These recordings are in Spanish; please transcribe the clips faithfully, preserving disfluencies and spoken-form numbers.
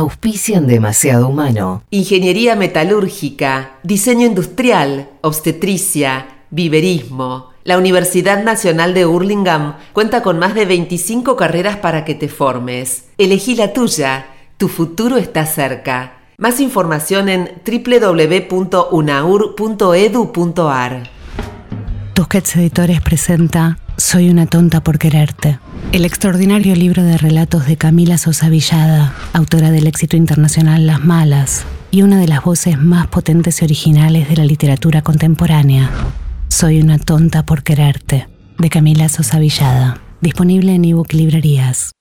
auspician Demasiado Humano. Ingeniería metalúrgica, diseño industrial, obstetricia, viverismo. La Universidad Nacional de Hurlingham cuenta con más de veinticinco carreras para que te formes. Elegí la tuya, tu futuro está cerca. Más información en doble u doble u doble u punto unaur punto e d u punto a r. Tusquets Editores presenta Soy una tonta por quererte, el extraordinario libro de relatos de Camila Sosa Villada, autora del éxito internacional Las Malas y una de las voces más potentes y originales de la literatura contemporánea. Soy una tonta por quererte, de Camila Sosa Villada, disponible en ebook librerías.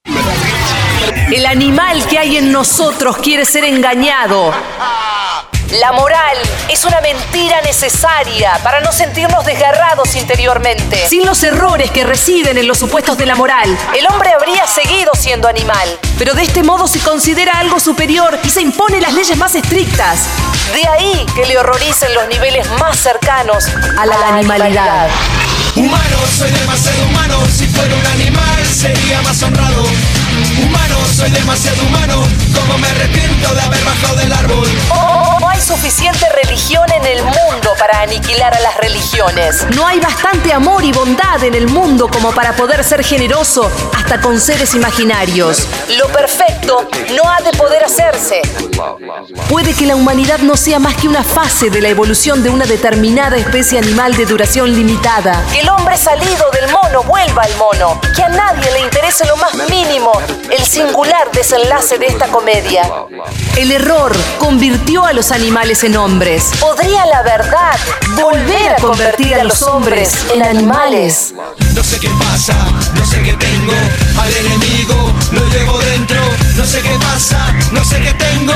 El animal que hay en nosotros quiere ser engañado. La moral es una mentira necesaria para no sentirnos desgarrados interiormente. Sin los errores que residen en los supuestos de la moral, el hombre habría seguido siendo animal. Pero de este modo se considera algo superior y se imponen las leyes más estrictas. De ahí que le horroricen los niveles más cercanos a la, a la animalidad. Humano, soy demasiado humano. Si fuera un animal sería más honrado. Humano, soy demasiado humano. Como me arrepiento de haber bajado del árbol. Oh, no hay suficiente religión en el mundo para aniquilar a las religiones. No hay bastante amor y bondad en el mundo como para poder ser generoso hasta con seres imaginarios. Lo perfecto no ha de poder hacerse. Puede que la humanidad no sea más que una fase de la evolución de una determinada especie animal de duración limitada. Que el hombre salido del mono vuelva al mono. Que a nadie le interese lo más mínimo el singular desenlace de esta comedia. El error convirtió a los animales en hombres. ¿Podría la verdad volver a convertir a los hombres en animales? No sé qué pasa, no sé qué tengo. Al enemigo lo llevo dentro. No sé qué pasa, no sé qué tengo.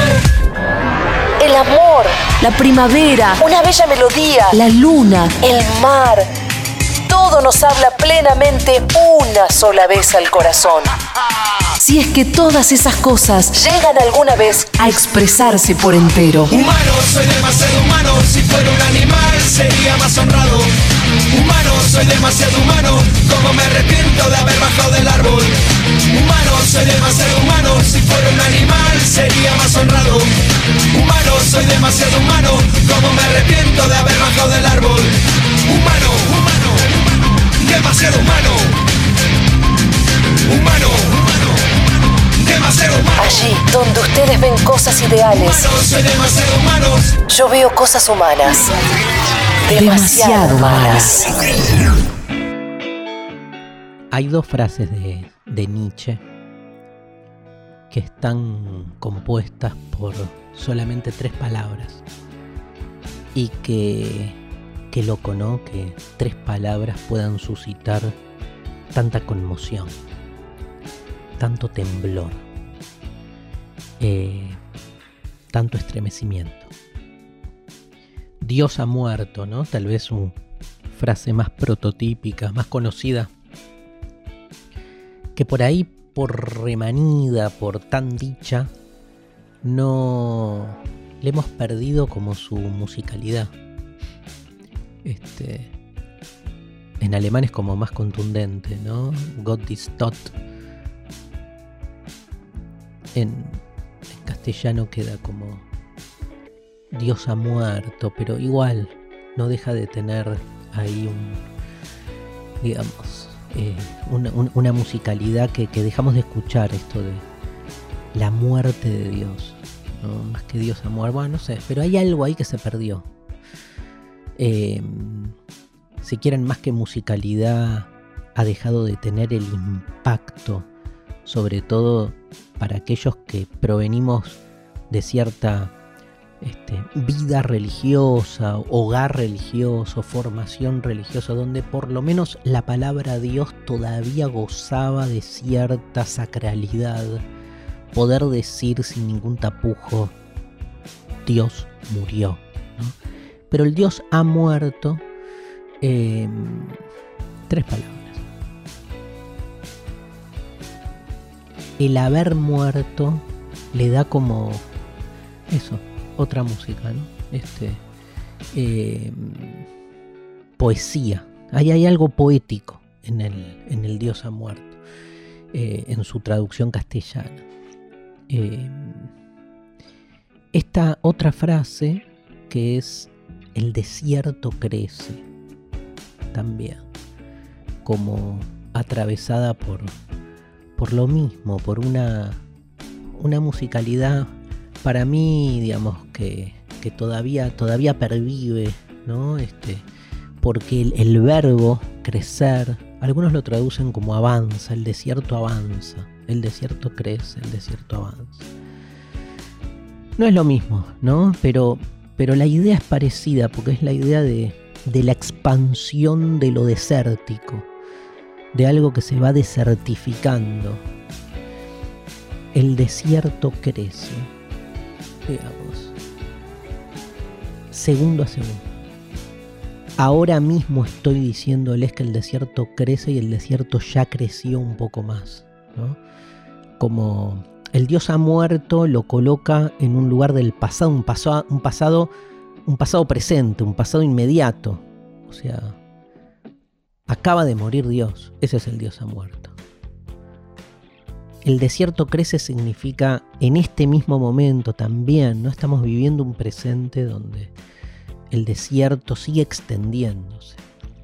El amor, la primavera, una bella melodía, la luna, el mar. Todo nos habla plenamente una sola vez al corazón. Si es que todas esas cosas llegan alguna vez a expresarse por entero. Humano, soy demasiado humano. Si fuera un animal sería más honrado. Humano, soy demasiado humano. Como me arrepiento de haber bajado del árbol. Humano, soy demasiado humano. Si fuera un animal sería más honrado. Humano, soy demasiado humano. Como me arrepiento de haber bajado del árbol. Humano, humano, demasiado humano. Humano, humano, demasiado humano. Allí donde ustedes ven cosas ideales, Humano, soy demasiado humano. yo veo cosas humanas. Demasiado humanas. Hay dos frases de, de Nietzsche que están compuestas por solamente tres palabras. Y que, que loco, ¿no? Que tres palabras puedan suscitar tanta conmoción, tanto temblor, eh, tanto estremecimiento. Dios ha muerto, ¿no? Tal vez su frase más prototípica, más conocida, que por ahí, por remanida, por tan dicha, no le hemos perdido como su musicalidad. Este, en alemán es como más contundente, ¿no? Gott ist tot. En, en castellano queda como Dios ha muerto, pero igual no deja de tener ahí un, digamos, eh, una, un, una musicalidad que, que dejamos de escuchar, esto de la muerte de Dios, ¿no? Más que Dios ha muerto, bueno, no sé, pero hay algo ahí que se perdió. Eh, si quieren, más que musicalidad, ha dejado de tener el impacto, sobre todo para aquellos que provenimos de cierta este, vida religiosa, hogar religioso, formación religiosa, donde por lo menos la palabra Dios todavía gozaba de cierta sacralidad, poder decir sin ningún tapujo, Dios murió, ¿no? Pero el Dios ha muerto, eh, tres palabras. El haber muerto le da como eso, otra música, ¿no? Este, eh, poesía. Ahí hay algo poético en el, en el Dios ha muerto, eh, en su traducción castellana. Eh, esta otra frase que es el desierto crece también, como atravesada por, por lo mismo, por una, una musicalidad para mí, digamos, que, que todavía, todavía pervive, ¿no? Este, porque el, el verbo crecer, algunos lo traducen como avanza, el desierto avanza, el desierto crece, el desierto avanza. No es lo mismo, ¿no? Pero, pero la idea es parecida, porque es la idea de, de la expansión de lo desértico, de algo que se va desertificando. El desierto crece, digamos, segundo a segundo. Ahora mismo estoy diciéndoles que el desierto crece y el desierto ya creció un poco más, ¿no? Como el Dios ha muerto, lo coloca en un lugar del pasado, un pasado, un pasado, un pasado presente, un pasado inmediato. O sea, acaba de morir Dios, ese es el Dios ha muerto. El desierto crece significa en este mismo momento también, ¿no? Estamos viviendo un presente donde el desierto sigue extendiéndose.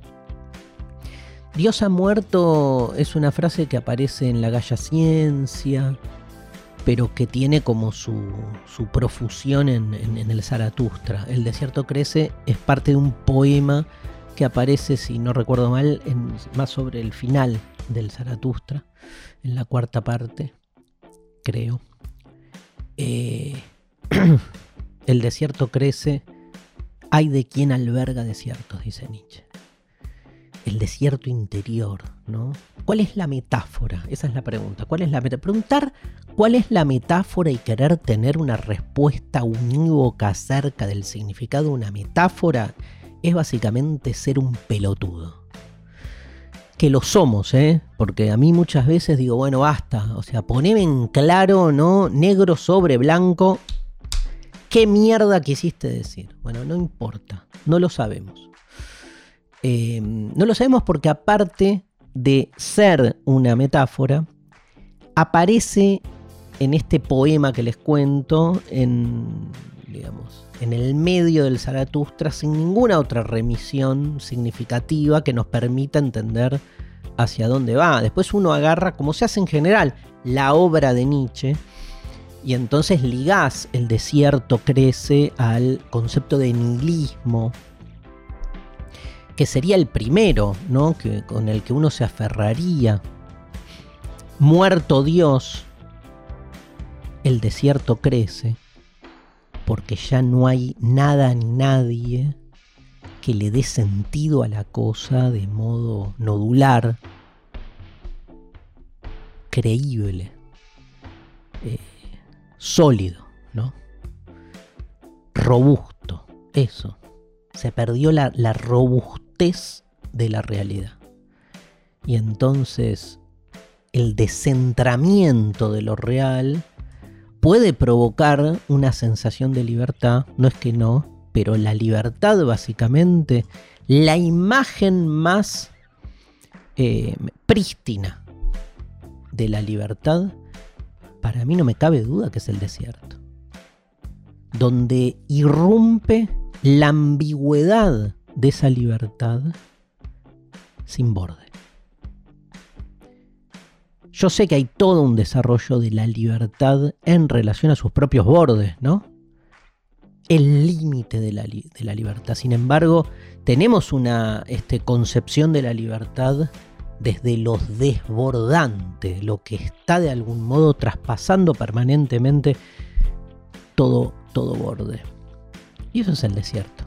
Dios ha muerto es una frase que aparece en la Gaia Ciencia, pero que tiene como su, su profusión en, en, en el Zaratustra. El desierto crece es parte de un poema que aparece, si no recuerdo mal, en, más sobre el final del Zaratustra, en la cuarta parte, creo. Eh, el desierto crece, hay de quien alberga desiertos, dice Nietzsche. El desierto interior, ¿no? ¿Cuál es la metáfora? Esa es la pregunta. ¿Cuál es la metáfora? Preguntar cuál es la metáfora y querer tener una respuesta unívoca acerca del significado de una metáfora es básicamente ser un pelotudo. Que lo somos, ¿eh? Porque a mí muchas veces digo, bueno, basta. O sea, poneme en claro, ¿no? Negro sobre blanco. ¿Qué mierda quisiste decir? Bueno, no importa. No lo sabemos. Eh, no lo sabemos porque aparte de ser una metáfora, aparece en este poema que les cuento, en, digamos, en el medio del Zaratustra, sin ninguna otra remisión significativa que nos permita entender hacia dónde va. Después uno agarra, como se hace en general, la obra de Nietzsche, y entonces ligás el desierto crece al concepto de nihilismo, que sería el primero, ¿no? Que, con el que uno se aferraría. Muerto Dios, el desierto crece, porque ya no hay nada ni nadie que le dé sentido a la cosa de modo nodular, creíble, eh, sólido, ¿no? Robusto, eso. Se perdió la, la robustez de la realidad. Y entonces el descentramiento de lo real puede provocar una sensación de libertad, no es que no, pero la libertad básicamente, la imagen más eh, prístina de la libertad, para mí no me cabe duda que es el desierto, donde irrumpe la ambigüedad de esa libertad sin borde. Yo sé que hay todo un desarrollo de la libertad en relación a sus propios bordes, ¿no? El límite de la, li- de la libertad. Sin embargo, tenemos una este, concepción de la libertad desde lo desbordante, lo que está de algún modo traspasando permanentemente todo, todo borde. Y eso es el desierto.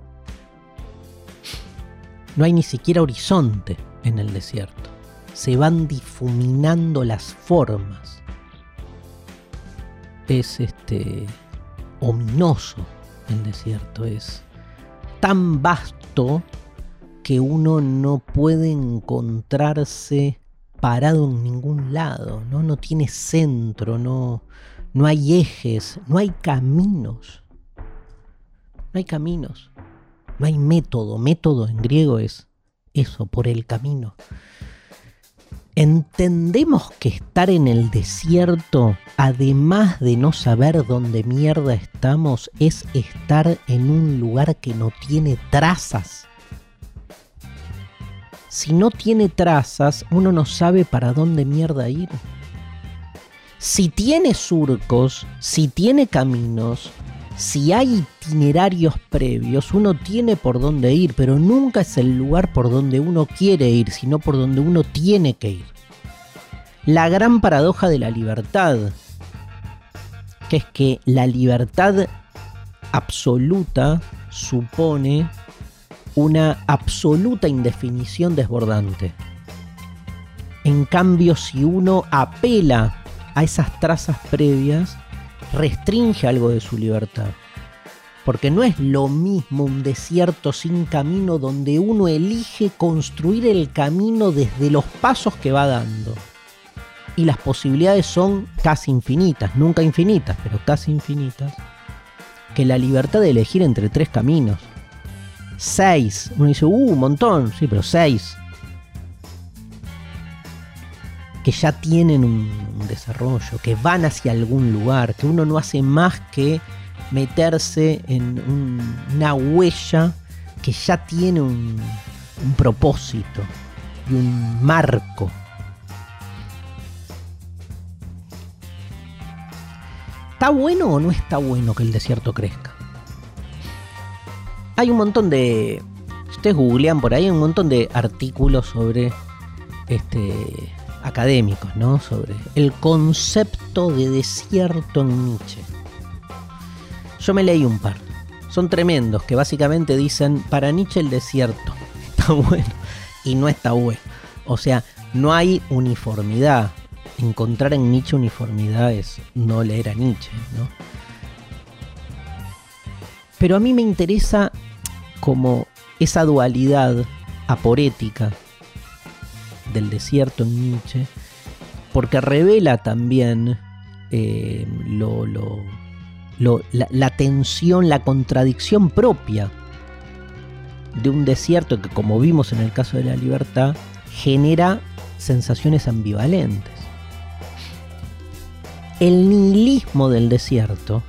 No hay ni siquiera horizonte en el desierto. Se van difuminando las formas. Es este ominoso el desierto. Es tan vasto que uno no puede encontrarse parado en ningún lado, ¿no? No tiene centro, no, no hay ejes, no hay caminos. No hay caminos, no hay método. Método en griego es eso, por el camino. Entendemos que estar en el desierto, además de no saber dónde mierda estamos, es estar en un lugar que no tiene trazas. Si no tiene trazas, uno no sabe para dónde mierda ir. Si tiene surcos, si tiene caminos, si hay itinerarios previos, uno tiene por dónde ir, pero nunca es el lugar por donde uno quiere ir, sino por donde uno tiene que ir. La gran paradoja de la libertad, que es que la libertad absoluta supone una absoluta indefinición desbordante. En cambio, si uno apela a esas trazas previas, restringe algo de su libertad. Porque no es lo mismo un desierto sin camino donde uno elige construir el camino desde los pasos que va dando. Y las posibilidades son casi infinitas, nunca infinitas, pero casi infinitas, que la libertad de elegir entre tres caminos. Seis. Uno dice, uh, un montón, sí, pero seis. Que ya tienen un, un desarrollo, que van hacia algún lugar, que uno no hace más que meterse en un, una huella que ya tiene un, un propósito y un marco. ¿Está bueno o no está bueno que el desierto crezca? Hay un montón de... Si ustedes googlean por ahí, hay un montón de artículos sobre... este académicos, ¿no? Sobre el concepto de desierto en Nietzsche. Yo me leí un par. Son tremendos, que básicamente dicen, para Nietzsche el desierto está bueno y no está bueno. O sea, no hay uniformidad. Encontrar en Nietzsche uniformidad es no leer a Nietzsche, ¿no? Pero a mí me interesa como esa dualidad aporética del desierto en Nietzsche, porque revela también eh, lo, lo, lo, la, la tensión, la contradicción propia de un desierto que, como vimos en el caso de la libertad, genera sensaciones ambivalentes. El nihilismo del desierto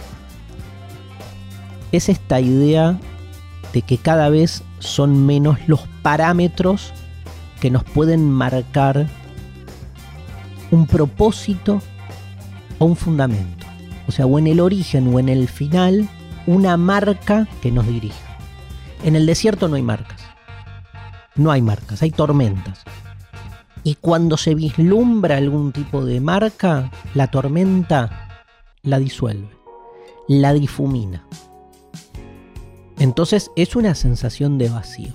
es esta idea de que cada vez son menos los parámetros que nos pueden marcar un propósito o un fundamento. O sea, o en el origen o en el final, una marca que nos dirige. En el desierto no hay marcas. No hay marcas, hay tormentas. Y cuando se vislumbra algún tipo de marca, la tormenta la disuelve, la difumina. Entonces es una sensación de vacío.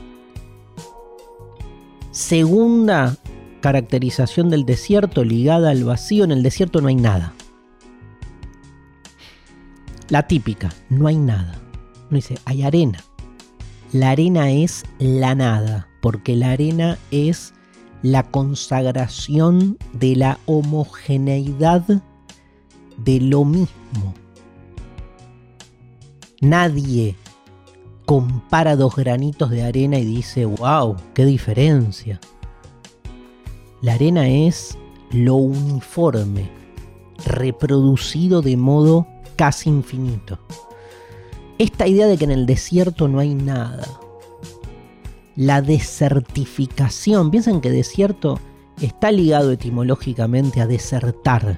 Segunda caracterización del desierto ligada al vacío: en el desierto no hay nada. La típica, no hay nada. No dice, hay arena. La arena es la nada, porque la arena es la consagración de la homogeneidad de lo mismo. Nadie compara dos granitos de arena y dice, wow, qué diferencia. La arena es lo uniforme, reproducido de modo casi infinito. Esta idea de que en el desierto no hay nada. La desertificación. Piensen que desierto está ligado etimológicamente a desertar.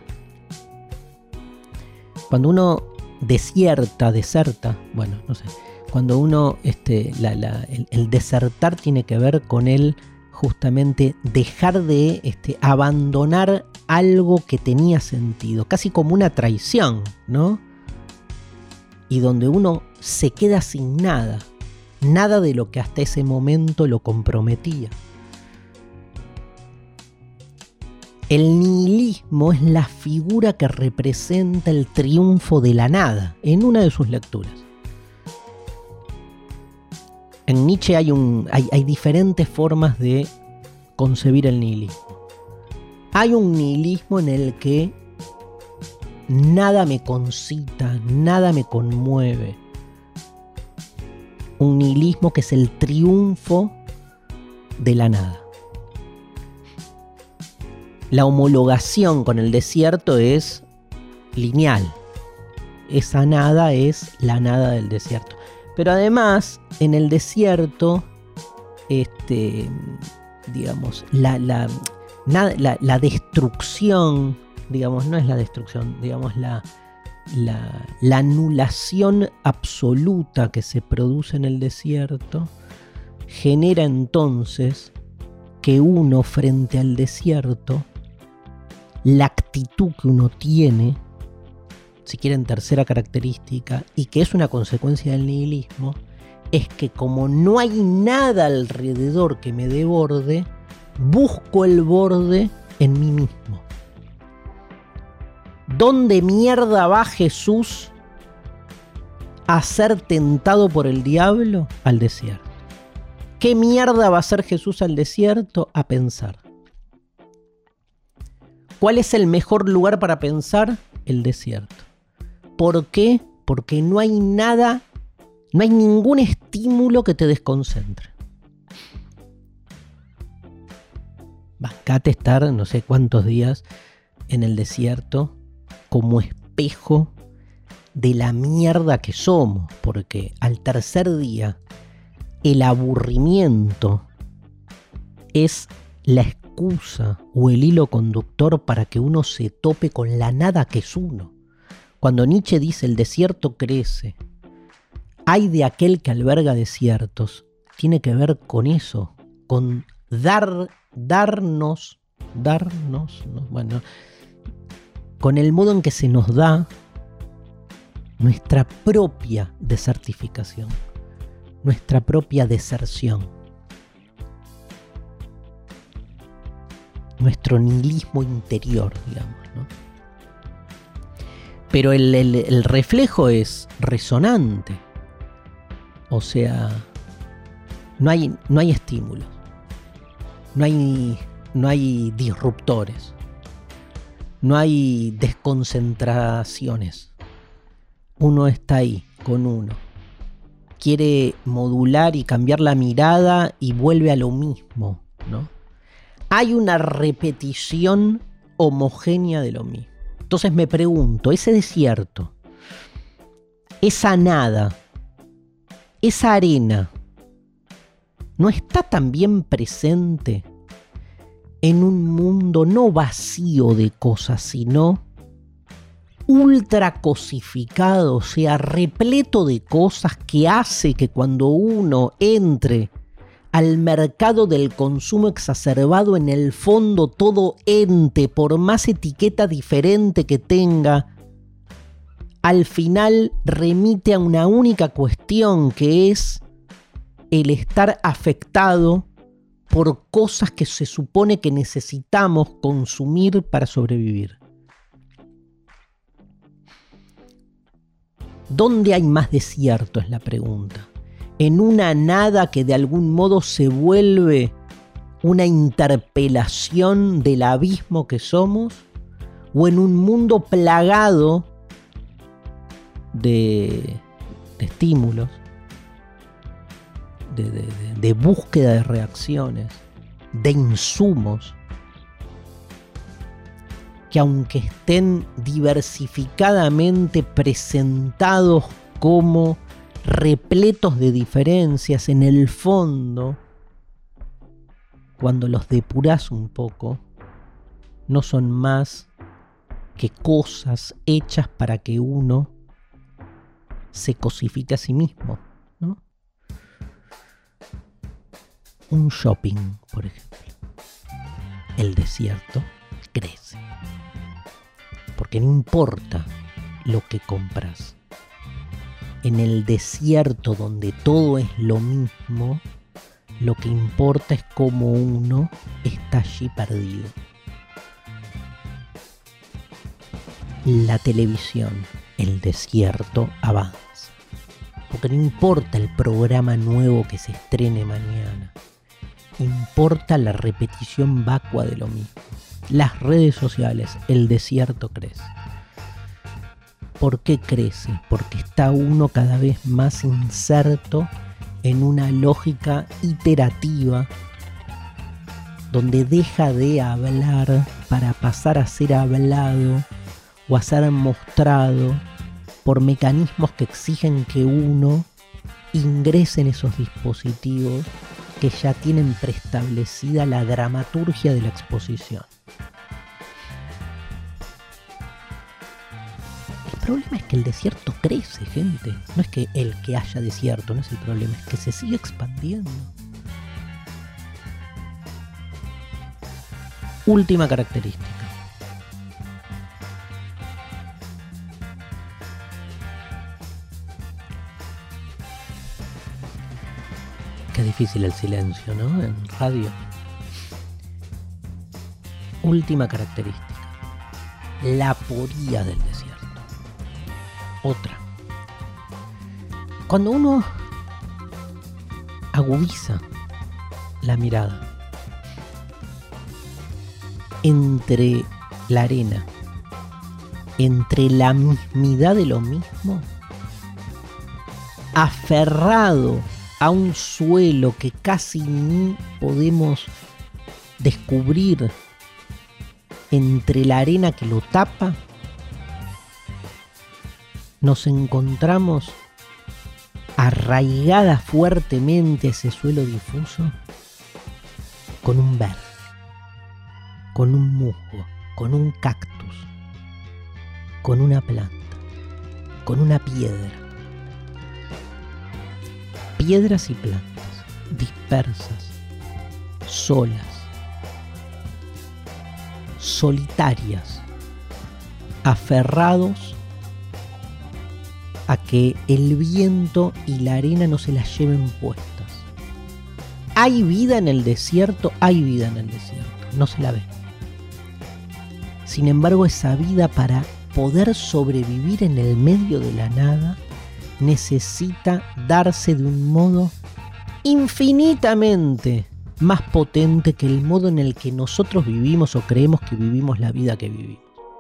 Cuando uno desierta, deserta, bueno, no sé. Cuando uno, este, la, la, el, el desertar tiene que ver con el justamente dejar de este, abandonar algo que tenía sentido, casi como una traición, ¿no? Y donde uno se queda sin nada. Nada de lo que hasta ese momento lo comprometía. El nihilismo es la figura que representa el triunfo de la nada, en una de sus lecturas. En Nietzsche hay, un, hay, hay diferentes formas de concebir el nihilismo. Hay un nihilismo en el que nada me concita, nada me conmueve. Un nihilismo que es el triunfo de la nada. la homologación con el desierto es lineal. Esa nada es la nada del desierto. Pero además, en el desierto, este, digamos, la, la, nada, la, la destrucción, digamos, no es la destrucción, digamos, la, la, la anulación absoluta que se produce en el desierto, genera entonces que uno frente al desierto, la actitud que uno tiene, si quieren tercera característica, y que es una consecuencia del nihilismo, es que como no hay nada alrededor que me dé borde, busco el borde en mí mismo. ¿Dónde mierda va Jesús a ser tentado por el diablo? Al desierto. ¿Qué mierda va a hacer Jesús al desierto? A pensar. ¿Cuál es el mejor lugar para pensar? El desierto. ¿Por qué? Porque no hay nada, no hay ningún estímulo que te desconcentre. Bancate estar no sé cuántos días en el desierto como espejo de la mierda que somos, porque al tercer día el aburrimiento es la excusa o el hilo conductor para que uno se tope con la nada que es uno. Cuando Nietzsche dice el desierto crece, ay de aquel que alberga desiertos, tiene que ver con eso, con dar, darnos, darnos, no, bueno, con el modo en que se nos da nuestra propia desertificación, nuestra propia deserción, nuestro nihilismo interior, digamos, ¿no? Pero el, el, el reflejo es resonante. O sea, no hay, no hay estímulos. No hay, no hay disruptores. No hay desconcentraciones. Uno está ahí, con uno. Quiere modular y cambiar la mirada y vuelve a lo mismo, ¿no? Hay una repetición homogénea de lo mismo. Entonces me pregunto, ese desierto, esa nada, esa arena, ¿no está también presente en un mundo no vacío de cosas, sino ultra cosificado, o sea, repleto de cosas que hace que cuando uno entre al mercado del consumo exacerbado, en el fondo todo ente, por más etiqueta diferente que tenga, al final remite a una única cuestión, que es el estar afectado por cosas que se supone que necesitamos consumir para sobrevivir. ¿Dónde hay más desierto? Es la pregunta. En una nada que de algún modo se vuelve una interpelación del abismo que somos, o en un mundo plagado de, de estímulos, de, de, de, de búsqueda de reacciones, de insumos, que aunque estén diversificadamente presentados como repletos de diferencias, en el fondo, cuando los depurás un poco, no son más que cosas hechas para que uno se cosifique a sí mismo, ¿no? Un shopping, por ejemplo. El desierto crece. Porque no importa lo que compras. En el desierto donde todo es lo mismo, lo que importa es cómo uno está allí perdido. La televisión, el desierto avanza. Porque no importa el programa nuevo que se estrene mañana. Importa la repetición vacua de lo mismo. Las redes sociales, el desierto crece. ¿Por qué crece? Porque está uno cada vez más inserto en una lógica iterativa donde deja de hablar para pasar a ser hablado o a ser mostrado por mecanismos que exigen que uno ingrese en esos dispositivos que ya tienen preestablecida la dramaturgia de la exposición. El problema es que el desierto crece, gente. No es que el que haya desierto, no es el problema, es que se sigue expandiendo. Última característica. Qué difícil el silencio, ¿no? En radio. Última característica. La aporía del desierto. Otra. Cuando uno agudiza la mirada entre la arena, entre la mismidad de lo mismo, aferrado a un suelo que casi ni podemos descubrir entre la arena que lo tapa, nos encontramos arraigada fuertemente a ese suelo difuso con un verde, con un musgo, con un cactus, con una planta, con una piedra. Piedras y plantas, dispersas, solas, solitarias, aferrados a que el viento y la arena no se las lleven puestas. ¿Hay vida en el desierto? Hay vida en el desierto, no se la ve. Sin embargo, esa vida, para poder sobrevivir en el medio de la nada, necesita darse de un modo infinitamente más potente que el modo en el que nosotros vivimos o creemos que vivimos la vida que vivimos.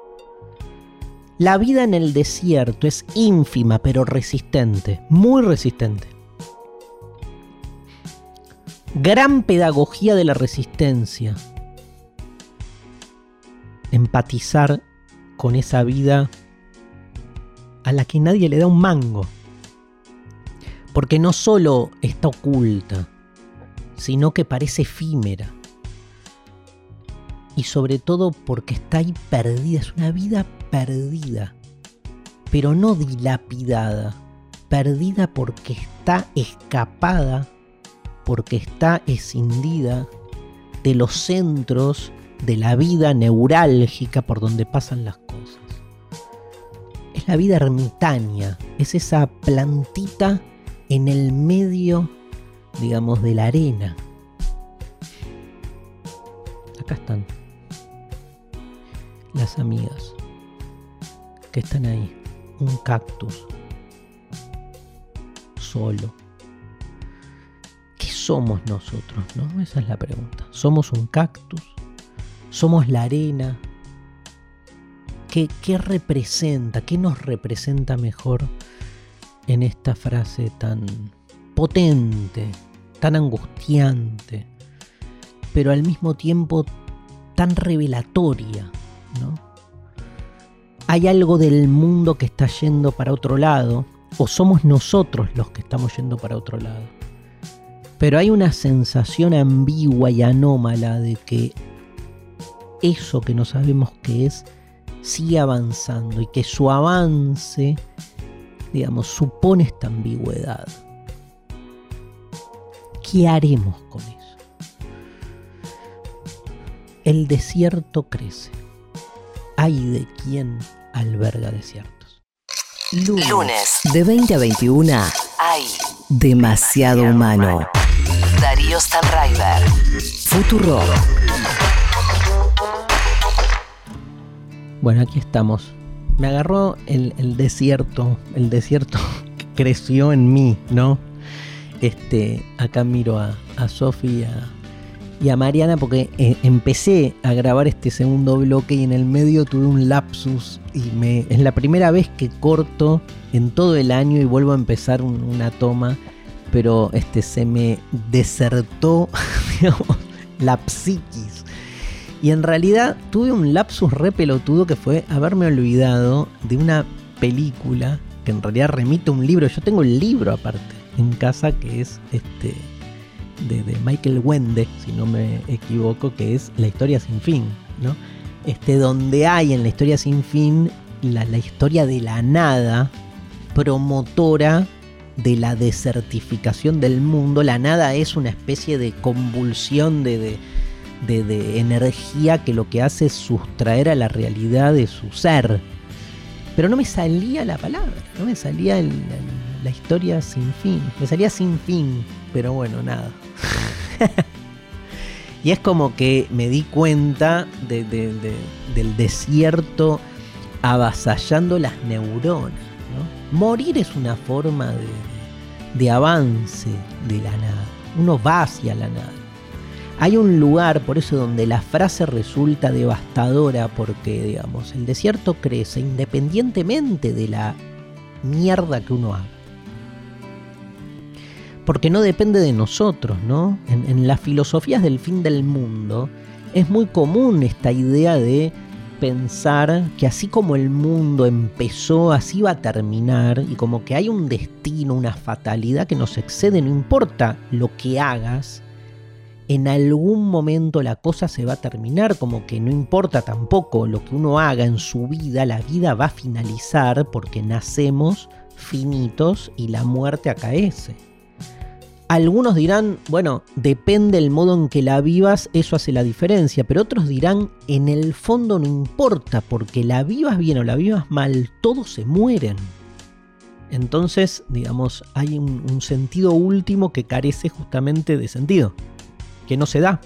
La vida en el desierto es ínfima pero resistente, muy resistente. Gran pedagogía de la resistencia. Empatizar con esa vida a la que nadie le da un mango. Porque no solo está oculta, sino que parece efímera. Y sobre todo porque está ahí perdida, es una vida perdida, pero no dilapidada, perdida porque está escapada, porque está escindida de los centros de la vida neurálgica por donde pasan las cosas. Es la vida ermitaña, es esa plantita en el medio, digamos, de la arena. Acá están las amigas que están ahí, un cactus solo. ¿Qué somos nosotros, no? Esa es la pregunta. ¿Somos un cactus? ¿Somos la arena? ¿Qué, qué representa? ¿Qué nos representa mejor en esta frase tan potente, tan angustiante, pero al mismo tiempo tan revelatoria, ¿no? Hay algo del mundo que está yendo para otro lado, o somos nosotros los que estamos yendo para otro lado. Pero hay una sensación ambigua y anómala de que eso que no sabemos qué es sigue avanzando y que su avance, digamos, supone esta ambigüedad. ¿Qué haremos con eso? El desierto crece. Ay de quien alberga desiertos. Lunes, Lunes de veinte a veintiuno. Hay demasiado humano. Darío Stanraiver. Futuro. Bueno, aquí estamos. Me agarró el, el desierto, el desierto que creció en mí, ¿no? Este, acá miro a, a Sofía y a Mariana porque eh, empecé a grabar este segundo bloque y en el medio tuve un lapsus y me, es la primera vez que corto en todo el año y vuelvo a empezar un, una toma, pero este, se me desertó, digamos, la psiquis. Y en realidad tuve un lapsus re pelotudo que fue haberme olvidado de una película que en realidad remite a un libro. Yo tengo el libro aparte en casa, que es este de, de Michael Wende, si no me equivoco, que es La historia sin fin, ¿no? Este, donde hay en La historia sin fin la, la historia de la nada promotora de la desertificación del mundo. La nada es una especie de convulsión de, de, de, de energía que lo que hace es sustraer a la realidad de su ser. Pero no me salía la palabra, no me salía el, el, la historia sin fin, me salía sin fin, pero bueno, nada. Y es como que me di cuenta de, de, de, del desierto avasallando las neuronas, ¿no? Morir es una forma de, de avance de la nada, uno va hacia la nada. Hay un lugar, por eso, donde la frase resulta devastadora, porque, digamos, el desierto crece independientemente de la mierda que uno haga. Porque no depende de nosotros, ¿no? En, en las filosofías del fin del mundo es muy común esta idea de pensar que así como el mundo empezó, así va a terminar, y como que hay un destino, una fatalidad que nos excede, no importa lo que hagas, en algún momento la cosa se va a terminar, como que no importa tampoco lo que uno haga en su vida, la vida va a finalizar porque nacemos finitos y la muerte acaece. Algunos dirán, bueno, depende del modo en que la vivas, eso hace la diferencia, pero otros dirán, en el fondo no importa, porque la vivas bien o la vivas mal, todos se mueren. Entonces, digamos, hay un, un sentido último que carece justamente de sentido, que no se da.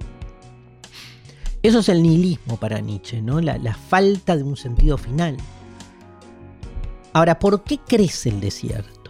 Eso es el nihilismo para Nietzsche, ¿no? La, la falta de un sentido final. Ahora, ¿por qué crece el desierto?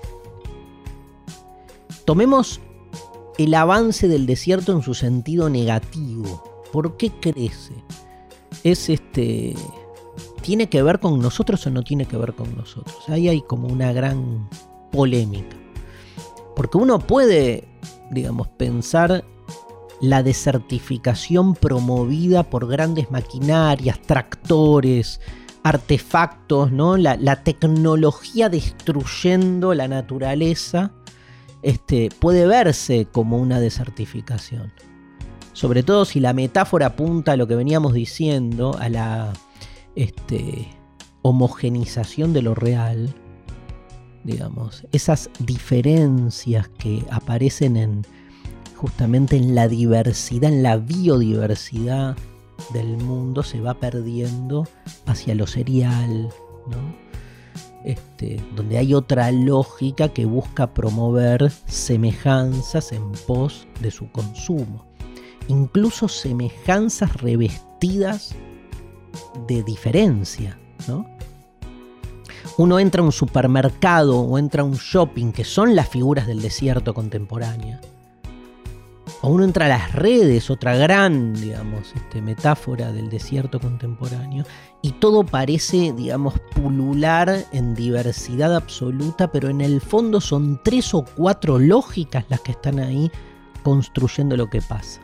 Tomemos el avance del desierto en su sentido negativo. ¿Por qué crece? Es este, ¿tiene que ver con nosotros o no tiene que ver con nosotros? Ahí hay como una gran polémica. Porque uno puede, digamos, pensar la desertificación promovida por grandes maquinarias, tractores, artefactos, ¿no? La, la tecnología destruyendo la naturaleza, este, puede verse como una desertificación. Sobre todo si la metáfora apunta a lo que veníamos diciendo, a la este, homogenización de lo real, digamos, esas diferencias que aparecen en justamente en la diversidad, en la biodiversidad del mundo, se va perdiendo hacia lo serial, ¿no? Este, donde hay otra lógica que busca promover semejanzas en pos de su consumo. Incluso semejanzas revestidas de diferencia, ¿no? Uno entra a un supermercado o entra a un shopping, que son las figuras del desierto contemporánea. O uno entra a las redes, otra gran, digamos, este, metáfora del desierto contemporáneo, y todo parece, digamos, pulular en diversidad absoluta, pero en el fondo son tres o cuatro lógicas las que están ahí construyendo lo que pasa.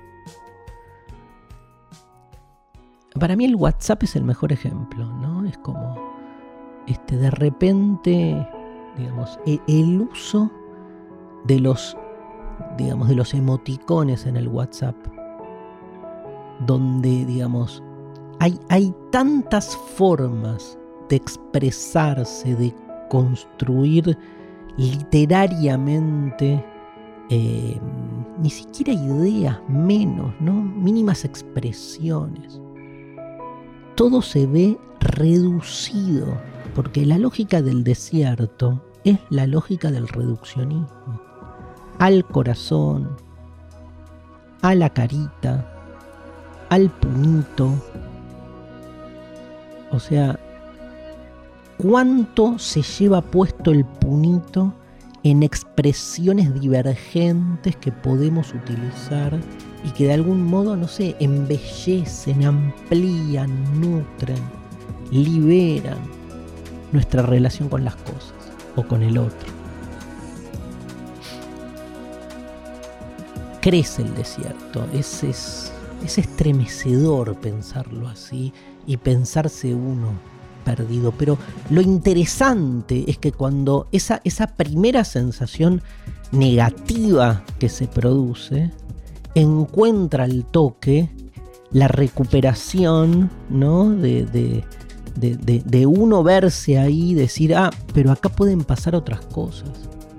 Para mí el WhatsApp es el mejor ejemplo, ¿no? Es como, este, de repente, digamos, el, el uso de los digamos, de los emoticones en el WhatsApp, donde, digamos, hay, hay tantas formas de expresarse, de construir literariamente, eh, ni siquiera ideas, menos, ¿no? Mínimas expresiones. Todo se ve reducido, porque la lógica del desierto es la lógica del reduccionismo. Al corazón, a la carita, al punito. O sea, ¿cuánto se lleva puesto el punito en expresiones divergentes que podemos utilizar y que de algún modo, no sé, embellecen, amplían, nutren, liberan nuestra relación con las cosas o con el otro? crece el desierto. Es, es, es estremecedor pensarlo así y pensarse uno perdido. Pero lo interesante es que cuando esa, esa primera sensación negativa que se produce encuentra al toque la recuperación, ¿no? de, de, de, de, de uno verse ahí y decir, ah, pero acá pueden pasar otras cosas.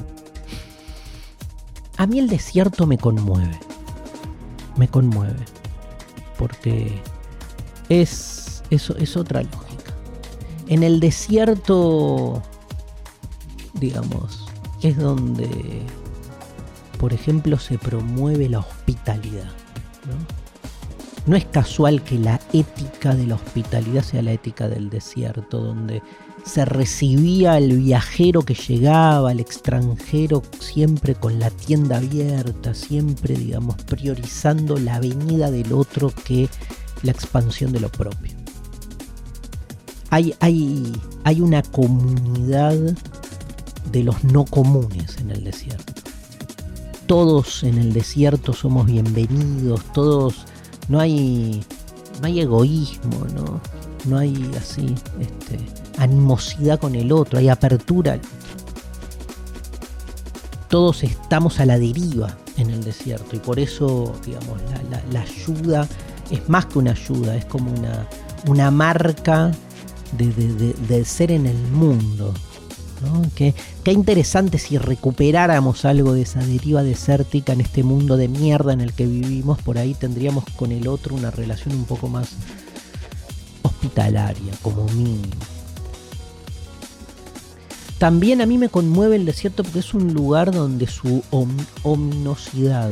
A mí el desierto me conmueve, me conmueve, porque es, es, es otra lógica. En el desierto, digamos, es donde, por ejemplo, se promueve la hospitalidad, ¿no? No es casual que la ética de la hospitalidad sea la ética del desierto, donde se recibía al viajero que llegaba, al extranjero, siempre con la tienda abierta, siempre, digamos, priorizando la venida del otro que la expansión de lo propio. Hay, hay, hay una comunidad de los no comunes en el desierto. Todos en el desierto somos bienvenidos, todos... No hay, no hay egoísmo, ¿no? No hay así este, animosidad con el otro, hay apertura al otro. Todos estamos a la deriva en el desierto y por eso, digamos, la, la, la ayuda es más que una ayuda, es como una, una marca de, de, de, de ser en el mundo, ¿no? Qué, qué interesante si recuperáramos algo de esa deriva desértica en este mundo de mierda en el que vivimos. Por ahí tendríamos con el otro una relación un poco más hospitalaria, como mínimo. También a mí me conmueve el desierto porque es un lugar donde su om- ominosidad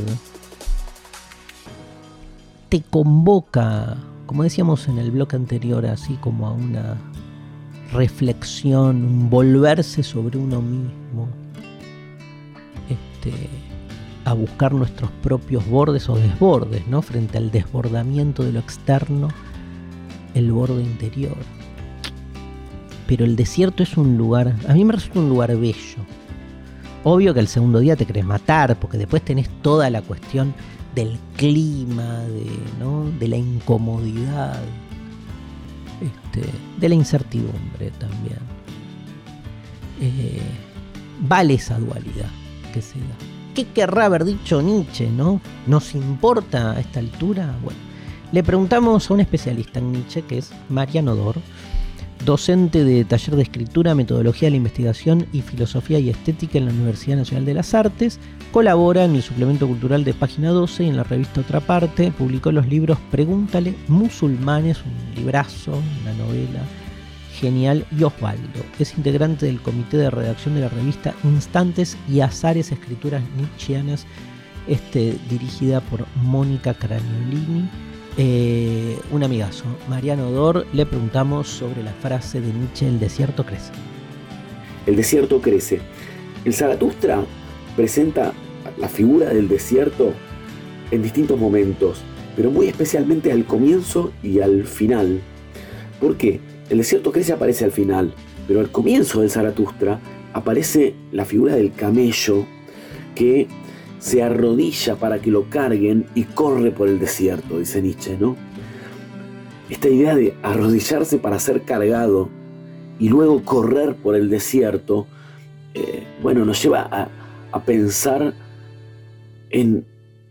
te convoca, como decíamos en el bloque anterior, así como a una reflexión, un volverse sobre uno mismo, este, a buscar nuestros propios bordes o desbordes, ¿no? Frente al desbordamiento de lo externo, el borde interior. Pero el desierto es un lugar, a mí me resulta un lugar bello. Obvio que el segundo día te querés matar, porque después tenés toda la cuestión del clima, de, ¿no? de la incomodidad, Este, de la incertidumbre también. Eh, vale esa dualidad que se da. ¿Qué querrá haber dicho Nietzsche, no? ¿Nos importa a esta altura? Bueno, le preguntamos a un especialista en Nietzsche, que es Mariano Dor, docente de taller de escritura, metodología de la investigación y filosofía y estética en la Universidad Nacional de las Artes. Colabora en el suplemento cultural de Página doce y en la revista Otra Parte. Publicó los libros Pregúntale, Musulmanes, un librazo, una novela genial, y Osvaldo. Es integrante del comité de redacción de la revista Instantes y Azares, escrituras nietzscheanas, este, dirigida por Mónica Craniolini. Eh, un amigazo, Mariano Dor, le preguntamos sobre la frase de Nietzsche, el desierto crece. El desierto crece. El Zaratustra presenta la figura del desierto en distintos momentos, pero muy especialmente al comienzo y al final. ¿Por qué? El desierto crece aparece al final, pero al comienzo del Zaratustra aparece la figura del camello que se arrodilla para que lo carguen y corre por el desierto, dice Nietzsche, ¿no? Esta idea de arrodillarse para ser cargado y luego correr por el desierto, eh, bueno, nos lleva a, a pensar en,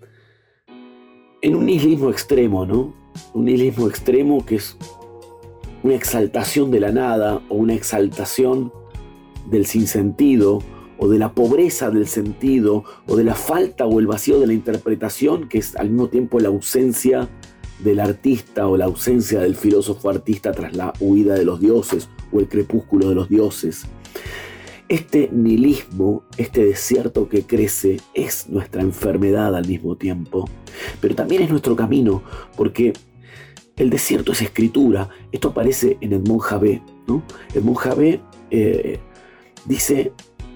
en un nihilismo extremo, ¿no? Un nihilismo extremo que es una exaltación de la nada o una exaltación del sinsentido, o de la pobreza del sentido, o de la falta o el vacío de la interpretación, que es al mismo tiempo la ausencia del artista o la ausencia del filósofo artista tras la huida de los dioses o el crepúsculo de los dioses. Este nihilismo, este desierto que crece, es nuestra enfermedad al mismo tiempo, pero también es nuestro camino, porque el desierto es escritura. Esto aparece en Edmond Jabé, ¿no? Edmond Jabé eh, dice: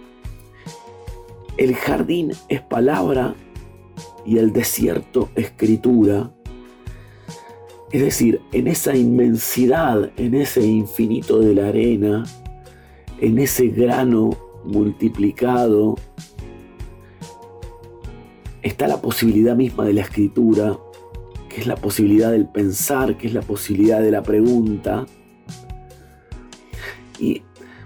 el jardín es palabra y el desierto escritura. Es decir, en esa inmensidad, en ese infinito de la arena, en ese grano multiplicado, es está la posibilidad misma de la escritura, que es la posibilidad del pensar, que es la posibilidad de la pregunta. Y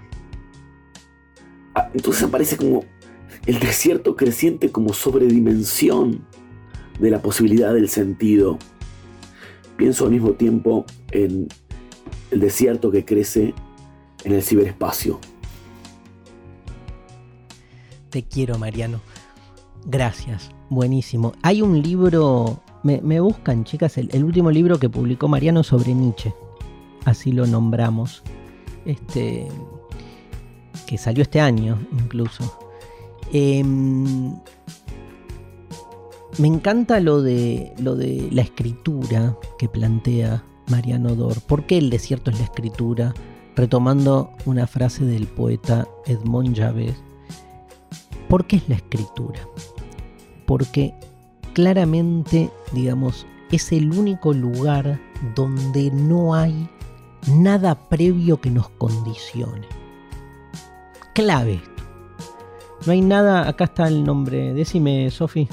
entonces aparece como el desierto creciente como sobredimensión de la posibilidad del sentido. Pienso al mismo tiempo en el desierto que crece en el ciberespacio. Te quiero, Mariano. Gracias. Buenísimo. Hay un libro, me, me buscan, chicas, el, el último libro que publicó Mariano sobre Nietzsche. Así lo nombramos. Este, que salió este año, incluso. Eh, me encanta lo de, lo de la escritura que plantea Mariano Dor. ¿Por qué el desierto es la escritura? Retomando una frase del poeta Edmond Javed. ¿Por qué es la escritura? Porque claramente, digamos, es el único lugar donde no hay nada previo que nos condicione. Clave esto. No hay nada, acá está el nombre, decime, Sofi.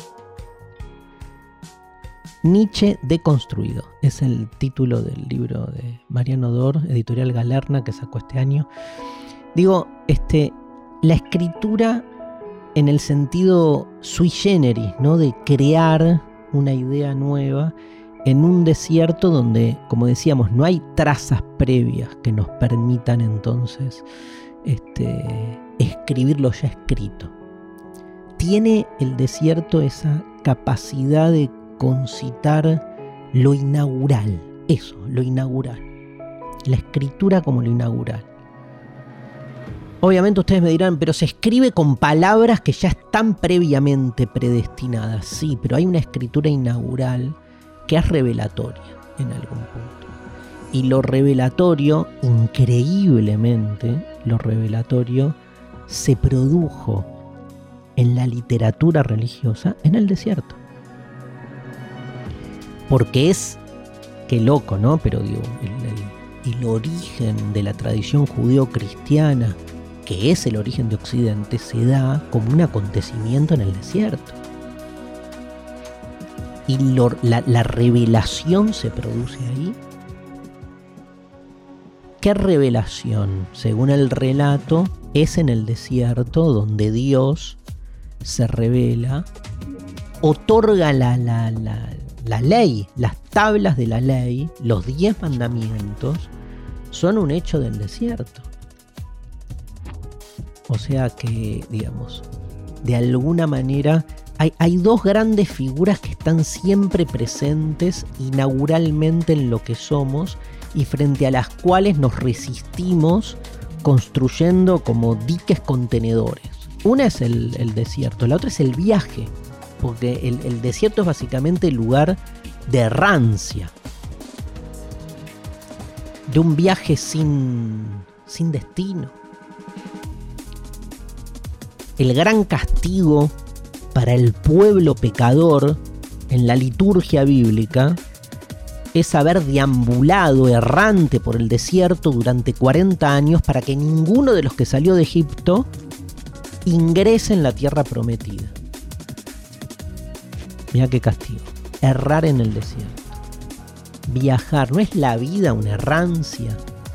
Nietzsche deconstruido, es el título del libro de Mariano Dor, editorial Galerna, que sacó este año. Digo, este, la escritura en el sentido sui generis, ¿no? De crear una idea nueva en un desierto donde, como decíamos, no hay trazas previas que nos permitan entonces este, escribir lo ya escrito. Tiene el desierto esa capacidad de concitar lo inaugural, eso, lo inaugural. La escritura como lo inaugural. Obviamente ustedes me dirán, pero se escribe con palabras que ya están previamente predestinadas. Sí, pero hay una escritura inaugural que es revelatoria en algún punto. Y lo revelatorio, increíblemente, lo revelatorio se produjo en la literatura religiosa en el desierto. Porque es, qué loco, ¿no? Pero digo, el, el, el origen de la tradición judeo-cristiana, que es el origen de Occidente, se da como un acontecimiento en el desierto. Y lo, la, la revelación se produce ahí. ¿Qué revelación? Según el relato, es en el desierto donde Dios se revela, otorga la, la, la, la ley, las tablas de la ley, los diez mandamientos, son un hecho del desierto. O sea que, digamos, de alguna manera hay, hay dos grandes figuras que están siempre presentes inauguralmente en lo que somos y frente a las cuales nos resistimos construyendo como diques contenedores. Una es el, el desierto, la otra es el viaje, porque el, el desierto es básicamente el lugar de errancia, de un viaje sin, sin destino. El gran castigo para el pueblo pecador en la liturgia bíblica es haber deambulado errante por el desierto durante cuarenta años para que ninguno de los que salió de Egipto ingrese en la tierra prometida. Mira qué castigo. Errar en el desierto. Viajar. ¿No es la vida una errancia?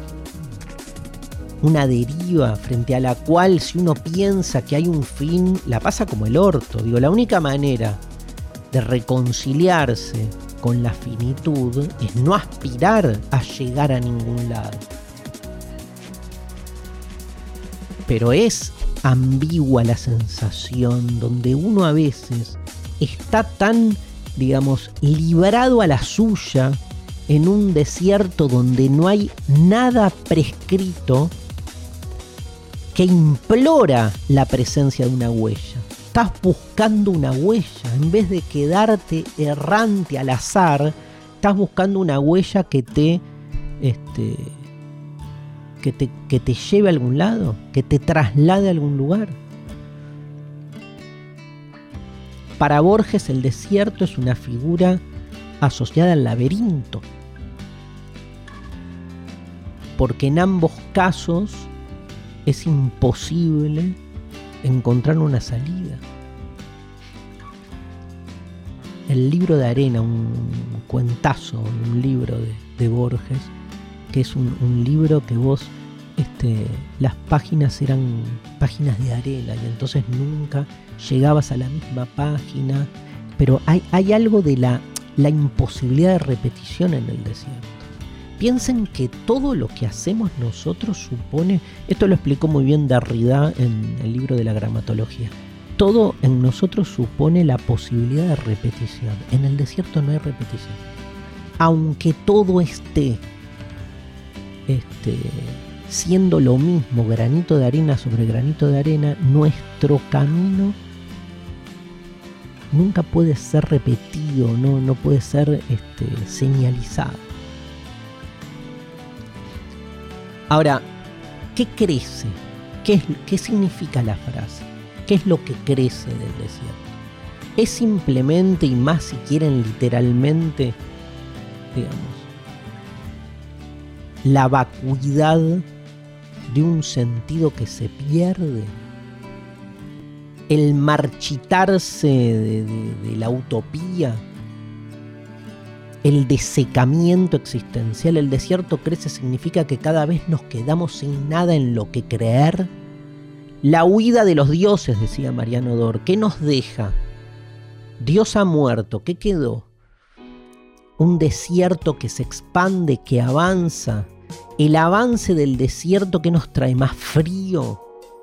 Una deriva frente a la cual, si uno piensa que hay un fin, la pasa como el orto. Digo, la única manera de reconciliarse con la finitud es no aspirar a llegar a ningún lado. Pero es ambigua la sensación donde uno a veces está tan, digamos, librado a la suya en un desierto donde no hay nada prescrito que implora la presencia de una huella. Estás buscando una huella, en vez de quedarte errante al azar, estás buscando una huella que te, este, que te, que te lleve a algún lado, que te traslade a algún lugar. Para Borges el desierto es una figura asociada al laberinto, porque en ambos casos es imposible encontrar una salida. El libro de arena, un cuentazo, un libro de, de Borges, que es un, un libro que vos, este, las páginas eran páginas de arena y entonces nunca llegabas a la misma página, pero hay, hay algo de la, la imposibilidad de repetición en el desierto. Piensen que todo lo que hacemos nosotros supone, esto lo explicó muy bien Derrida en el libro de la gramatología, todo en nosotros supone la posibilidad de repetición. En el desierto no hay repetición. Aunque todo esté este, siendo lo mismo, granito de arena sobre granito de arena, nuestro camino nunca puede ser repetido, no, no puede ser este, señalizado. Ahora, ¿qué crece? ¿Qué, es, ¿Qué significa la frase? ¿Qué es lo que crece del desierto? ¿Es simplemente, y más si quieren literalmente, digamos, la vacuidad de un sentido que se pierde? ¿El marchitarse de, de, de la utopía? El desecamiento existencial. El desierto crece significa que cada vez nos quedamos sin nada en lo que creer. La huida de los dioses, decía Mariano Dor. ¿Qué nos deja? Dios ha muerto. ¿Qué quedó? Un desierto que se expande, que avanza. El avance del desierto, que nos trae más frío,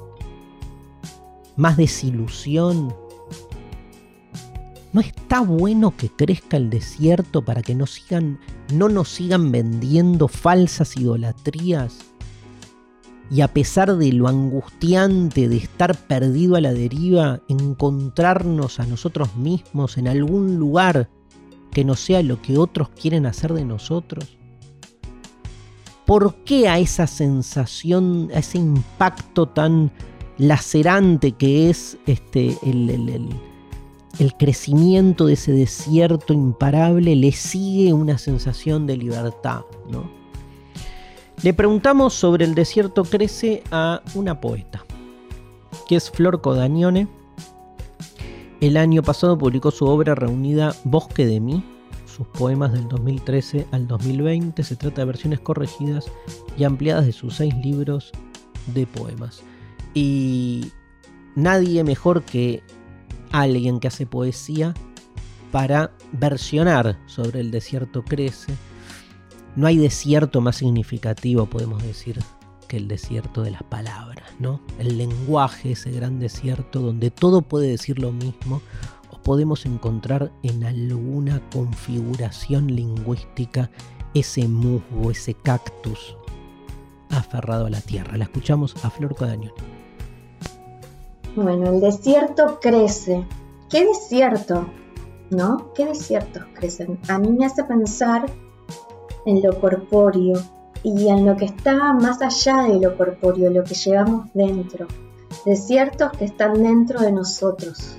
más desilusión. ¿No está bueno que crezca el desierto para que no sigan, no nos sigan vendiendo falsas idolatrías? Y a pesar de lo angustiante de estar perdido a la deriva, encontrarnos a nosotros mismos en algún lugar que no sea lo que otros quieren hacer de nosotros. ¿Por qué a esa sensación, a ese impacto tan lacerante que es este, el... el, el el crecimiento de ese desierto imparable le sigue una sensación de libertad, ¿no? Le preguntamos sobre el desierto crece a una poeta, que es Flor Codagnone. El año pasado publicó su obra reunida Bosque de mí, sus poemas del dos mil trece al dos mil veinte. Se trata de versiones corregidas y ampliadas de sus seis libros de poemas. Y nadie mejor que alguien que hace poesía para versionar sobre el desierto crece. No hay desierto más significativo, podemos decir, que el desierto de las palabras, ¿no? El lenguaje, ese gran desierto donde todo puede decir lo mismo, o podemos encontrar en alguna configuración lingüística ese musgo, ese cactus aferrado a la tierra. La escuchamos a Flor Codagnone. Bueno, el desierto crece. ¿Qué desierto? ¿No? ¿Qué desiertos crecen? A mí me hace pensar en lo corpóreo y en lo que está más allá de lo corpóreo, lo que llevamos dentro. Desiertos que están dentro de nosotros.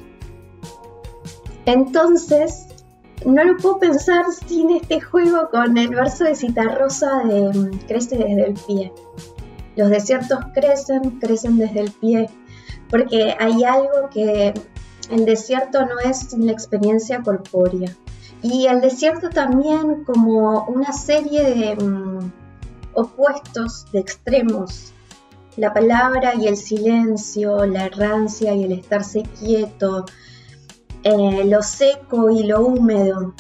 Entonces, no lo puedo pensar sin este juego con el verso de Citarrosa de Crece desde el pie. Los desiertos crecen, crecen desde el pie. Porque hay algo que el desierto no es sin la experiencia corpórea. Y el desierto también como una serie de um, opuestos, de extremos. La palabra y el silencio, la errancia y el estarse quieto, eh, lo seco y lo húmedo.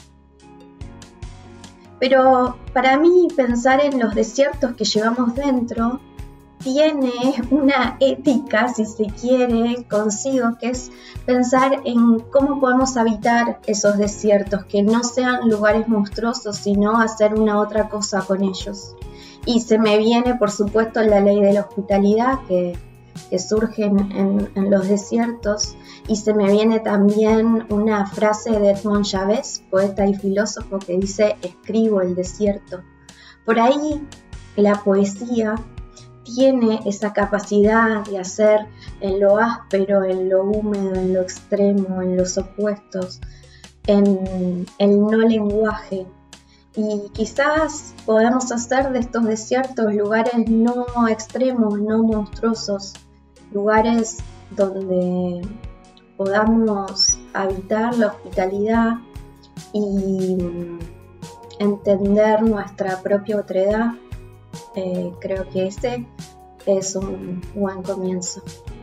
Pero para mí pensar en los desiertos que llevamos dentro tiene una ética, si se quiere, consigo, que es pensar en cómo podemos habitar esos desiertos, que no sean lugares monstruosos, sino hacer una otra cosa con ellos. Y se me viene, por supuesto, la ley de la hospitalidad que, que surge en, en, en los desiertos, y se me viene también una frase de Edmond Javés, poeta y filósofo, que dice: escribo el desierto. Por ahí la poesía tiene esa capacidad de hacer en lo áspero, en lo húmedo, en lo extremo, en los opuestos, en el no lenguaje. Y quizás podamos hacer de estos desiertos lugares no extremos, no monstruosos, lugares donde podamos habitar la hospitalidad y entender nuestra propia otredad. Eh, creo que ese es un buen comienzo.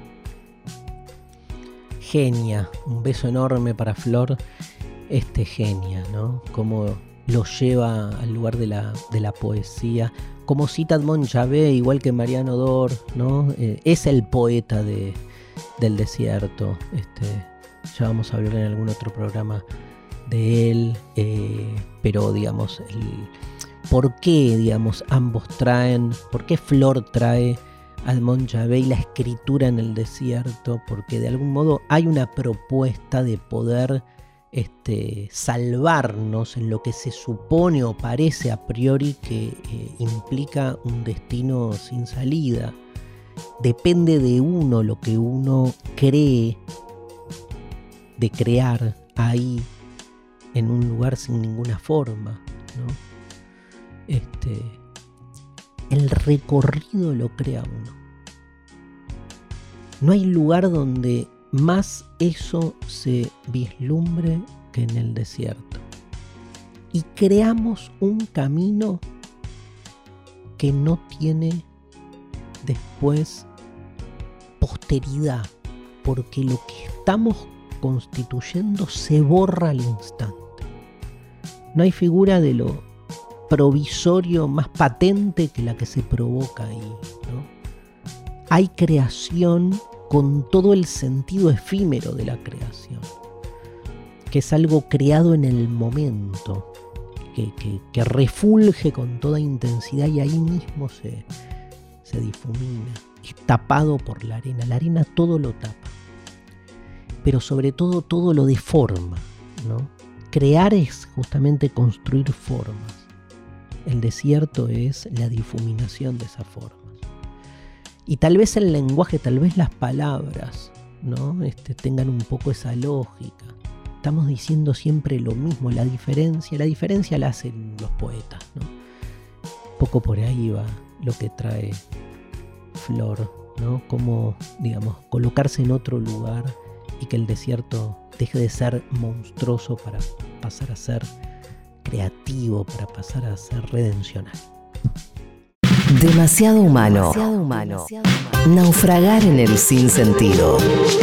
Genia, un beso enorme para Flor. Este genia, ¿no? Cómo lo lleva al lugar de la, de la poesía. Como cita Edmond Javert, igual que Mariano Dor, ¿no? Eh, es el poeta de, del desierto. Este, ya vamos a hablar en algún otro programa de él. Eh, pero, digamos, el, ¿por qué, digamos, ambos traen? ¿Por qué Flor trae a Edmond Javert y la escritura en el desierto? Porque de algún modo hay una propuesta de poder Este, salvarnos en lo que se supone o parece a priori que eh, implica un destino sin salida. Depende de uno lo que uno cree de crear ahí en un lugar sin ninguna forma, ¿no? Este, el recorrido lo crea uno. No hay lugar donde más eso se vislumbre que en el desierto. Y creamos un camino que no tiene después posteridad, porque lo que estamos constituyendo se borra al instante. No hay figura de lo provisorio más patente que la que se provoca ahí, ¿no? Hay creación con todo el sentido efímero de la creación, que es algo creado en el momento, que, que, que refulge con toda intensidad y ahí mismo se, se difumina, es tapado por la arena, la arena todo lo tapa, pero sobre todo todo lo deforma, ¿no? Crear es justamente construir formas, el desierto es la difuminación de esa forma. Y tal vez el lenguaje, tal vez las palabras, ¿no? Este, tengan un poco esa lógica. Estamos diciendo siempre lo mismo, la diferencia, la diferencia la hacen los poetas, ¿no? Poco por ahí va lo que trae Flor, ¿no? Como, digamos, colocarse en otro lugar y que el desierto deje de ser monstruoso para pasar a ser creativo, para pasar a ser redencional. Demasiado humano. Demasiado humano. Naufragar en el sinsentido.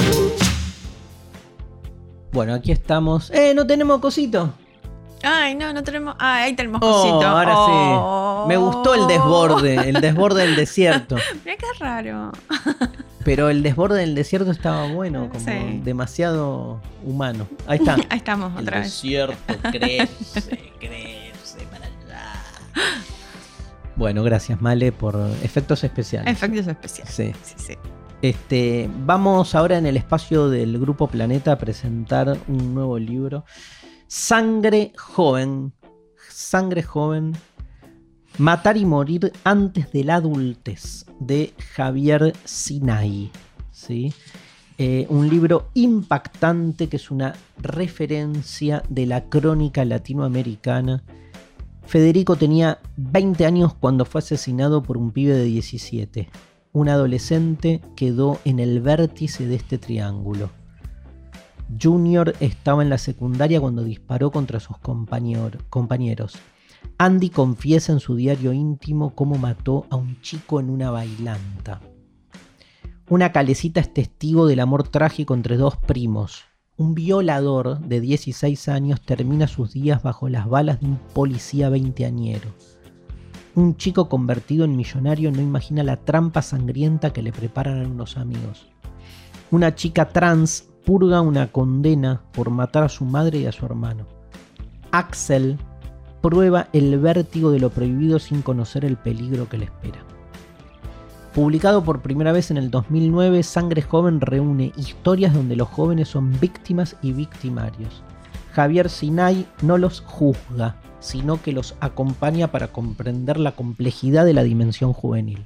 Bueno, aquí estamos. ¡Eh, no tenemos cosito! Ay, no, no tenemos... Ah, ahí tenemos oh, cosito. Ahora oh. sí. Me gustó el desborde, el desborde del desierto. Mira qué raro. Pero el desborde del desierto estaba bueno, como sí. demasiado humano. Ahí está. Ahí estamos, otra el vez. El desierto crece, crece para allá. Bueno, gracias, Male, por efectos especiales. Efectos especiales. Sí. sí, sí. Este, vamos ahora en el espacio del Grupo Planeta a presentar un nuevo libro. Sangre joven. Sangre joven. Matar y morir antes de la adultez, de Javier Sinay. ¿Sí? Eh, un libro impactante que es una referencia de la crónica latinoamericana. Federico tenía veinte años cuando fue asesinado por un pibe de diecisiete. Un adolescente quedó en el vértice de este triángulo. Junior estaba en la secundaria cuando disparó contra sus compañero, compañeros. Andy confiesa en su diario íntimo cómo mató a un chico en una bailanta. Una calecita es testigo del amor trágico entre dos primos. Un violador de dieciséis años termina sus días bajo las balas de un policía veinteañero. Un chico convertido en millonario no imagina la trampa sangrienta que le preparan a unos amigos. Una chica trans purga una condena por matar a su madre y a su hermano. Axel prueba el vértigo de lo prohibido sin conocer el peligro que le espera. Publicado por primera vez en el dos mil nueve, Sangre Joven reúne historias donde los jóvenes son víctimas y victimarios. Javier Sinay no los juzga, sino que los acompaña para comprender la complejidad de la dimensión juvenil.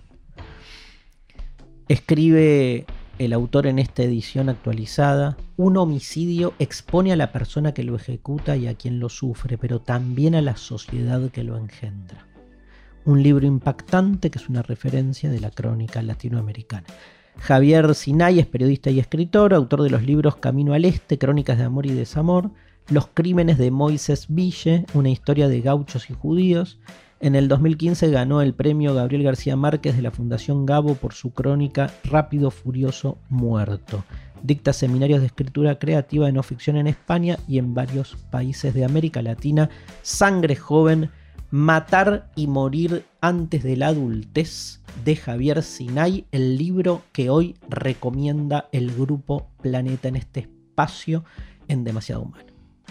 Escribe el autor en esta edición actualizada: un homicidio expone a la persona que lo ejecuta y a quien lo sufre, pero también a la sociedad que lo engendra. Un libro impactante que es una referencia de la crónica latinoamericana. Javier Sinay es periodista y escritor, autor de los libros Camino al Este, Crónicas de Amor y Desamor, Los crímenes de Moisés Ville, una historia de gauchos y judíos. En el dos mil quince ganó el premio Gabriel García Márquez de la Fundación Gabo por su crónica Rápido, Furioso, Muerto. Dicta seminarios de escritura creativa de no ficción en España y en varios países de América Latina. Sangre joven, matar y morir antes de la adultez, de Javier Sinay, el libro que hoy recomienda el Grupo Planeta en este espacio en Demasiado Humano.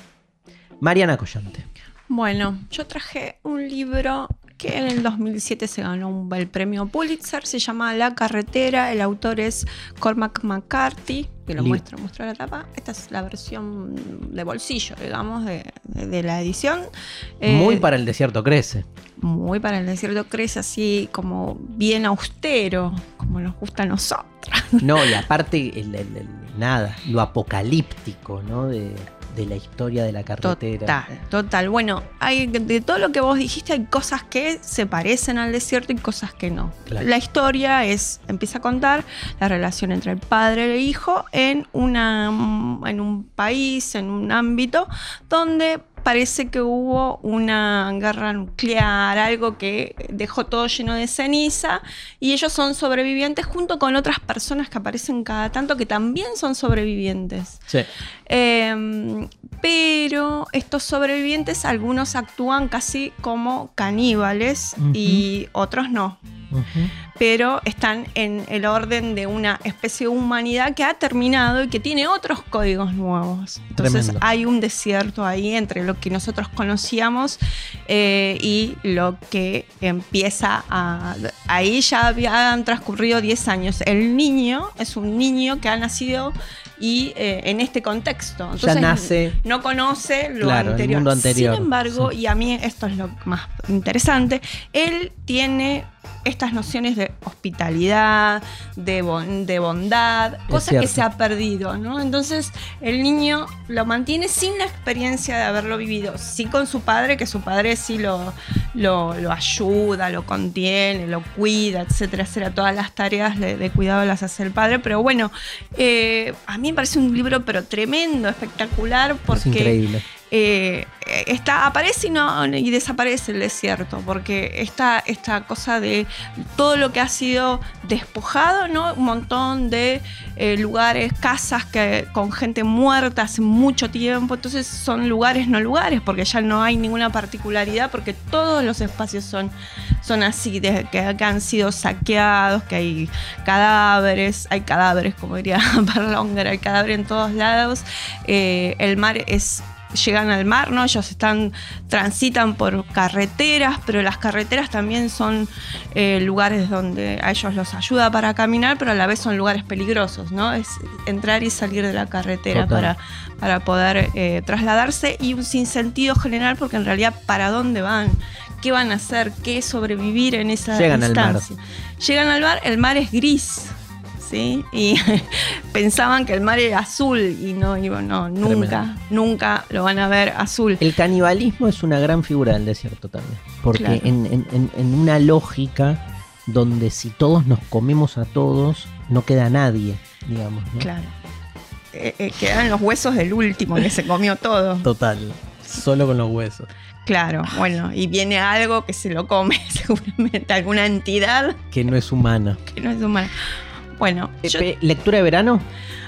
Mariana Collante. Bueno, yo traje un libro que en el dos mil siete se ganó un, el premio Pulitzer, se llama La carretera, el autor es Cormac McCarthy, que lo muestra, muestra la tapa. Esta es la versión de bolsillo, digamos, de, de, de la edición. Muy eh, para el desierto crece. Muy para el desierto crece, así como bien austero, como nos gusta a nosotros. No, y aparte, el, el, el, nada, lo apocalíptico, ¿no? De... de la historia de la carretera. Total, total. Bueno, hay, de todo lo que vos dijiste hay cosas que se parecen al desierto y cosas que no. Claro. La historia es, empieza a contar la relación entre el padre y el hijo en, una, en un país, en un ámbito donde parece que hubo una guerra nuclear, algo que dejó todo lleno de ceniza, y ellos son sobrevivientes junto con otras personas que aparecen cada tanto que también son sobrevivientes. Sí. Eh, pero estos sobrevivientes, algunos actúan casi como caníbales, uh-huh, y otros no. Uh-huh. Pero están en el orden de una especie de humanidad que ha terminado y que tiene otros códigos nuevos. Entonces Tremendo. Hay un desierto ahí entre lo que nosotros conocíamos eh, y lo que empieza a... Ahí ya habían transcurrido diez años. El niño es un niño que ha nacido y eh, en este contexto. Entonces, ya nace... No conoce lo claro, anterior. El mundo anterior. Sin embargo, sí. y a mí esto es lo más interesante, él tiene estas nociones de hospitalidad, de, bon, de bondad, cosa que se ha perdido, ¿no? Entonces el niño lo mantiene sin la experiencia de haberlo vivido, sí con su padre, que su padre sí lo, lo, lo ayuda, lo contiene, lo cuida, etcétera, etcétera. Todas las tareas de, de cuidado las hace el padre, pero bueno, eh, a mí me parece un libro pero tremendo, espectacular, porque... Es increíble. Eh, está, aparece y, no, y desaparece el desierto, porque esta, esta cosa de todo lo que ha sido despojado, ¿no? Un montón de eh, lugares, casas que, con gente muerta hace mucho tiempo, entonces son lugares no lugares, porque ya no hay ninguna particularidad, porque todos los espacios son, son así, de, que, que han sido saqueados, que hay cadáveres, hay cadáveres, como diría Berlonger, hay cadáveres en todos lados, eh, el mar es... Llegan al mar, ¿no? Ellos están, transitan por carreteras, pero las carreteras también son eh, lugares donde a ellos los ayuda para caminar, pero a la vez son lugares peligrosos, ¿no? Es entrar y salir de la carretera para, para poder eh, trasladarse, y un sinsentido general, porque en realidad ¿para dónde van? ¿Qué van a hacer? ¿Qué sobrevivir en esa Llegan instancia? Al mar. Llegan al mar, el mar es gris. ¿Sí? Y pensaban que el mar era azul y no, y no nunca, Tremendo. nunca lo van a ver azul. El canibalismo es una gran figura del desierto también, porque claro. en, en, en una lógica donde si todos nos comemos a todos, no queda nadie, digamos, ¿no? Claro. Eh, eh, quedan los huesos del último que se comió todo. Total, solo con los huesos. Claro, bueno, y viene algo que se lo come, seguramente, alguna entidad. Que no es humana. Que no es humana. Bueno, yo, ¿lectura de verano?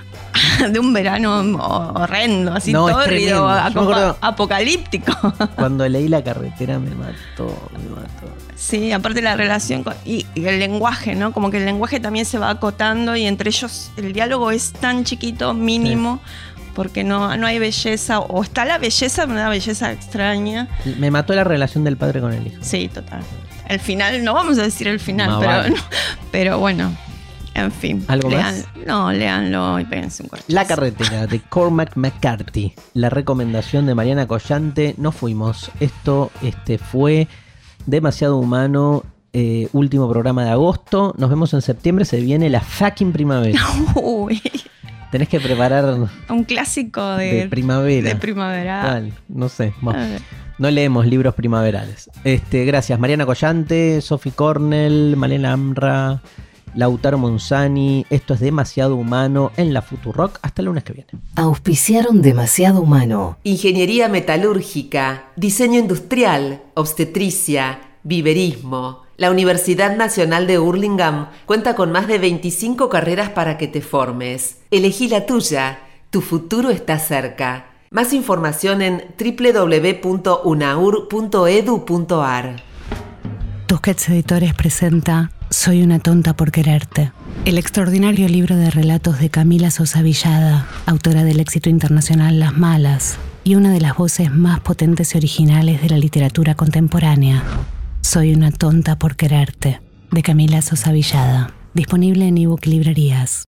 De un verano horrendo, así no, tórrido, aco- apocalíptico. Cuando leí La carretera me mató, me mató. Sí, aparte la relación con, y, y el lenguaje, ¿no? Como que el lenguaje también se va acotando y entre ellos el diálogo es tan chiquito, mínimo, sí. porque no, no hay belleza, o está la belleza, pero una belleza extraña. Me mató la relación del padre con el hijo. Sí, total. El final, no vamos a decir el final, no, pero, vale. no, pero bueno. En fin. ¿Algo lean, más? No, léanlo y péguense un corchazo. La carretera de Cormac McCarthy. La recomendación de Mariana Collante. Nos fuimos. Esto este, fue Demasiado Humano. Eh, último programa de agosto. Nos vemos en septiembre. Se viene la fucking primavera. Uy. Tenés que preparar un clásico de, de primavera. De primavera. ¿Cuál? No sé. Bueno, no leemos libros primaverales. Este, gracias Mariana Collante, Sophie Cornell, Malena Amra. Lautaro Monzani. Esto es Demasiado Humano en la Futurock. Hasta el lunes que viene. Auspiciaron Demasiado Humano. Ingeniería metalúrgica, diseño industrial, obstetricia, viverismo. La Universidad Nacional de Hurlingham cuenta con más de veinticinco carreras para que te formes. Elegí la tuya. Tu futuro está cerca. Más información en doble u doble u doble u punto unaur punto e d u punto a r. Tusquets Editores presenta Soy una tonta por quererte. El extraordinario libro de relatos de Camila Sosa Villada, autora del éxito internacional Las Malas, y una de las voces más potentes y originales de la literatura contemporánea. Soy una tonta por quererte, de Camila Sosa Villada. Disponible en ebook librerías.